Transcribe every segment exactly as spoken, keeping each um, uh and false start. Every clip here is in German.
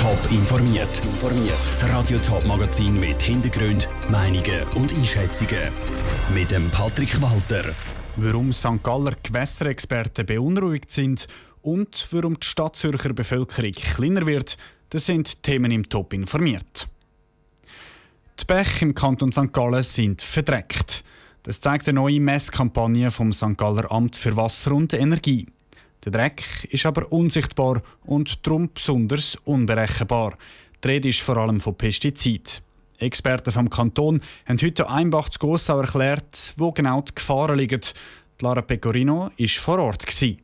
Top informiert. Das Radio Top Magazin mit Hintergrund, Meinungen und Einschätzungen mit dem Patrick Walter. Warum Sankt Galler Gewässerexperten beunruhigt sind und warum die Stadtzürcher Bevölkerung kleiner wird, das sind Themen im Top informiert. Die Bäche im Kanton Sankt Gallen sind verdreckt. Das zeigt eine neue Messkampagne vom Sankt Galler Amt für Wasser und Energie. Der Dreck ist aber unsichtbar und darum besonders unberechenbar. Die Rede ist vor allem von Pestiziden. Experten vom Kanton haben heute Einbach zu Gossau erklärt, wo genau die Gefahren liegen. Lara Pecorino war vor Ort.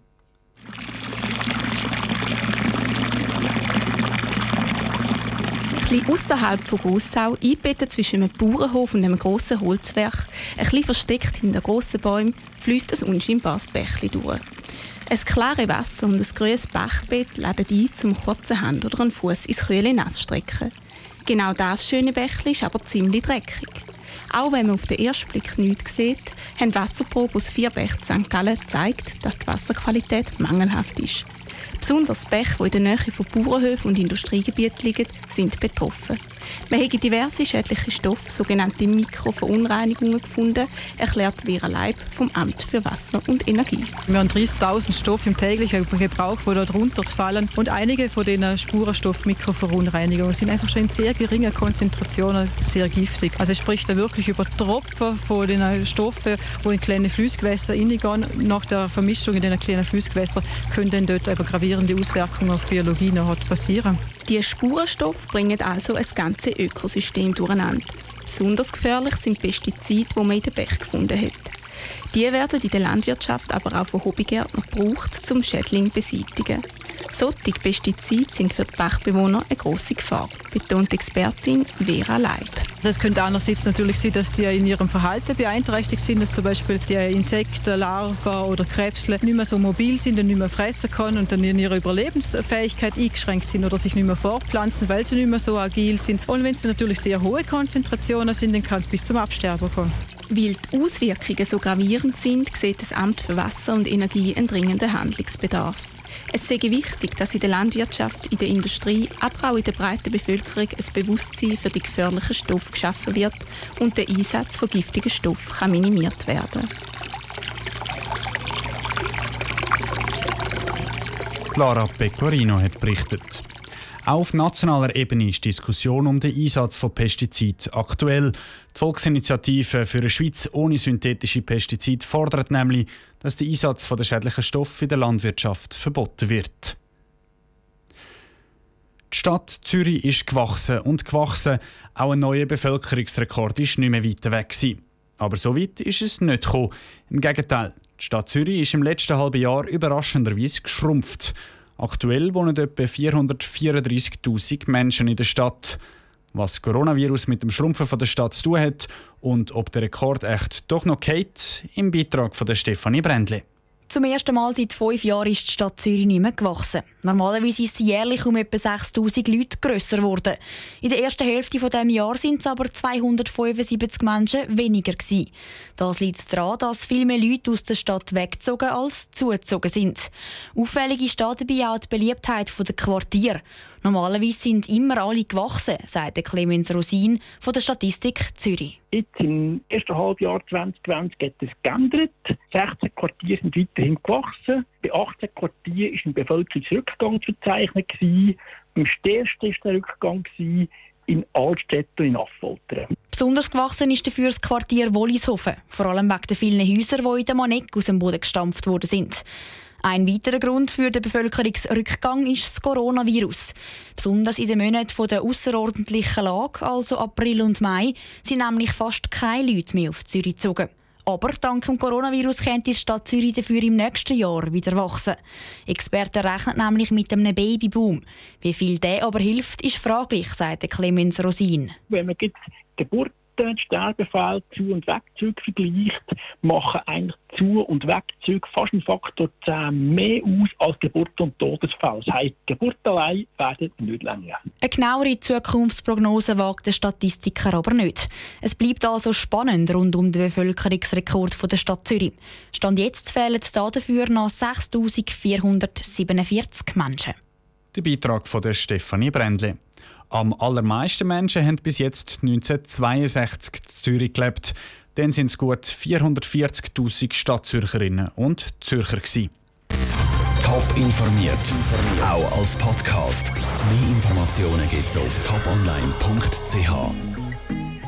Etwas ausserhalb von Gossau, eingebettet zwischen einem Bauernhof und einem grossen Holzwerk, ein bisschen versteckt hinter grossen Bäumen, fließt ein unscheinbares Bächli durch. Ein klares Wasser und ein grünes Bachbett laden ein, zum kurze Hand oder einen Fuß ins kühle Nass zu strecken. Genau das schöne Bächli ist aber ziemlich dreckig. Auch wenn man auf den ersten Blick nichts sieht, haben Wasserproben aus vier Bächen Sankt Gallen gezeigt, dass die Wasserqualität mangelhaft ist. Besonders Bäche, die in der Nähe von Bauernhöfen und Industriegebieten liegen, sind betroffen. Man hat diverse schädliche Stoffe, sogenannte Mikroverunreinigungen, gefunden, erklärt Vera Leib vom Amt für Wasser und Energie. Wir haben dreißigtausend Stoffe im täglichen Gebrauch, die darunter fallen. Und einige von diesen Spurenstoff-Mikroverunreinigungen sind einfach schon in sehr geringen Konzentrationen sehr giftig. Also es spricht da wirklich über Tropfen von den Stoffen, die in kleine Fließgewässer reingehen. Nach der Vermischung in den kleinen Fließgewässern können dann dort aber gravierende Auswirkungen auf die Biologie noch passieren. Die Spurenstoffe bringen also ein ganzes Ökosystem durcheinander. Besonders gefährlich sind Pestizide, die man in den Bächen gefunden hat. Die werden in der Landwirtschaft, aber auch von Hobbygärtnern gebraucht, um Schädlinge zu beseitigen. Solche Pestizide sind für die Bachbewohner eine grosse Gefahr, betont die Expertin Vera Leib. Das könnte einerseits natürlich sein, dass die in ihrem Verhalten beeinträchtigt sind, dass zum Beispiel die Insekten, Larven oder Krebsle nicht mehr so mobil sind und nicht mehr fressen können und dann in ihrer Überlebensfähigkeit eingeschränkt sind oder sich nicht mehr fortpflanzen, weil sie nicht mehr so agil sind. Und wenn es natürlich sehr hohe Konzentrationen sind, dann kann es bis zum Absterben kommen. Weil die Auswirkungen so gravierend sind, sieht das Amt für Wasser und Energie einen dringenden Handlungsbedarf. Es sei wichtig, dass in der Landwirtschaft, in der Industrie, aber auch in der breiten Bevölkerung ein Bewusstsein für die gefährlichen Stoffe geschaffen wird und der Einsatz von giftigen Stoffen kann minimiert werden. Lara Pecorino hat berichtet. Auch auf nationaler Ebene ist die Diskussion um den Einsatz von Pestiziden aktuell. Die Volksinitiative für eine Schweiz ohne synthetische Pestizide fordert nämlich, dass der Einsatz von der schädlichen Stoffe in der Landwirtschaft verboten wird. Die Stadt Zürich ist gewachsen und gewachsen. Auch ein neuer Bevölkerungsrekord ist nicht mehr weit weg gewesen. Aber so weit ist es nicht gekommen. Im Gegenteil, die Stadt Zürich ist im letzten halben Jahr überraschenderweise geschrumpft. Aktuell wohnen etwa vierhundertvierunddreissigtausend Menschen in der Stadt. Was das Coronavirus mit dem Schrumpfen von der Stadt zu tun hat und ob der Rekord echt doch noch geht, im Beitrag von der Stefanie Brändli. Zum ersten Mal seit fünf Jahren ist die Stadt Zürich nicht mehr gewachsen. Normalerweise ist sie jährlich um etwa sechstausend Leute grösser geworden. In der ersten Hälfte dieses Jahres sind es aber zweihundertfünfundsiebzig Menschen weniger gewesen. Das liegt daran, dass viel mehr Leute aus der Stadt weggezogen als zugezogen sind. Auffällig ist dabei auch die Beliebtheit der Quartiere. Normalerweise sind immer alle gewachsen, sagt Clemens Rosin von der Statistik Zürich. Jetzt im ersten Halbjahr zwanzig zwanzig hat es geändert. sechzehn Quartiere sind weiterhin gewachsen. Bei achtzehn Quartieren war ein Bevölkerungsrückgang zu verzeichnen. Am stärksten war der Rückgang in Altstädten und in Affoltern. Besonders gewachsen ist dafür das Quartier Wollishofen, vor allem wegen der vielen Häuser, die in der Maneck aus dem Boden gestampft worden sind. Ein weiterer Grund für den Bevölkerungsrückgang ist das Coronavirus. Besonders in den Monaten der ausserordentlichen Lage, also April und Mai, sind nämlich fast keine Leute mehr auf Zürich gezogen. Aber dank dem Coronavirus könnte die Stadt Zürich dafür im nächsten Jahr wieder wachsen. Experten rechnen nämlich mit einem Babyboom. Wie viel der aber hilft, ist fraglich, sagt Clemens Rosin. Wenn man jetzt Geburt die Sterbefälle, Zu- und Wegzüge vergleicht, machen eigentlich Zu- und Wegzüge fast einen Faktor zehn mehr aus als Geburt- und Todesfälle. Das heisst, Geburt allein werden nicht länger. Eine genauere Zukunftsprognose wagt der Statistiker aber nicht. Es bleibt also spannend rund um den Bevölkerungsrekord der Stadt Zürich. Stand jetzt fehlen dafür noch sechstausendvierhundertsiebenundvierzig Menschen. Der Beitrag von der Stefanie Brändli. Am allermeisten Menschen haben bis jetzt neunzehnhundertzweiundsechzig in Zürich gelebt. Dann sind es gut vierhundertvierzigtausend Stadtzürcherinnen und Zürcher gewesen. Top informiert, auch als Podcast. Mehr Informationen gibt's auf top online punkt c h.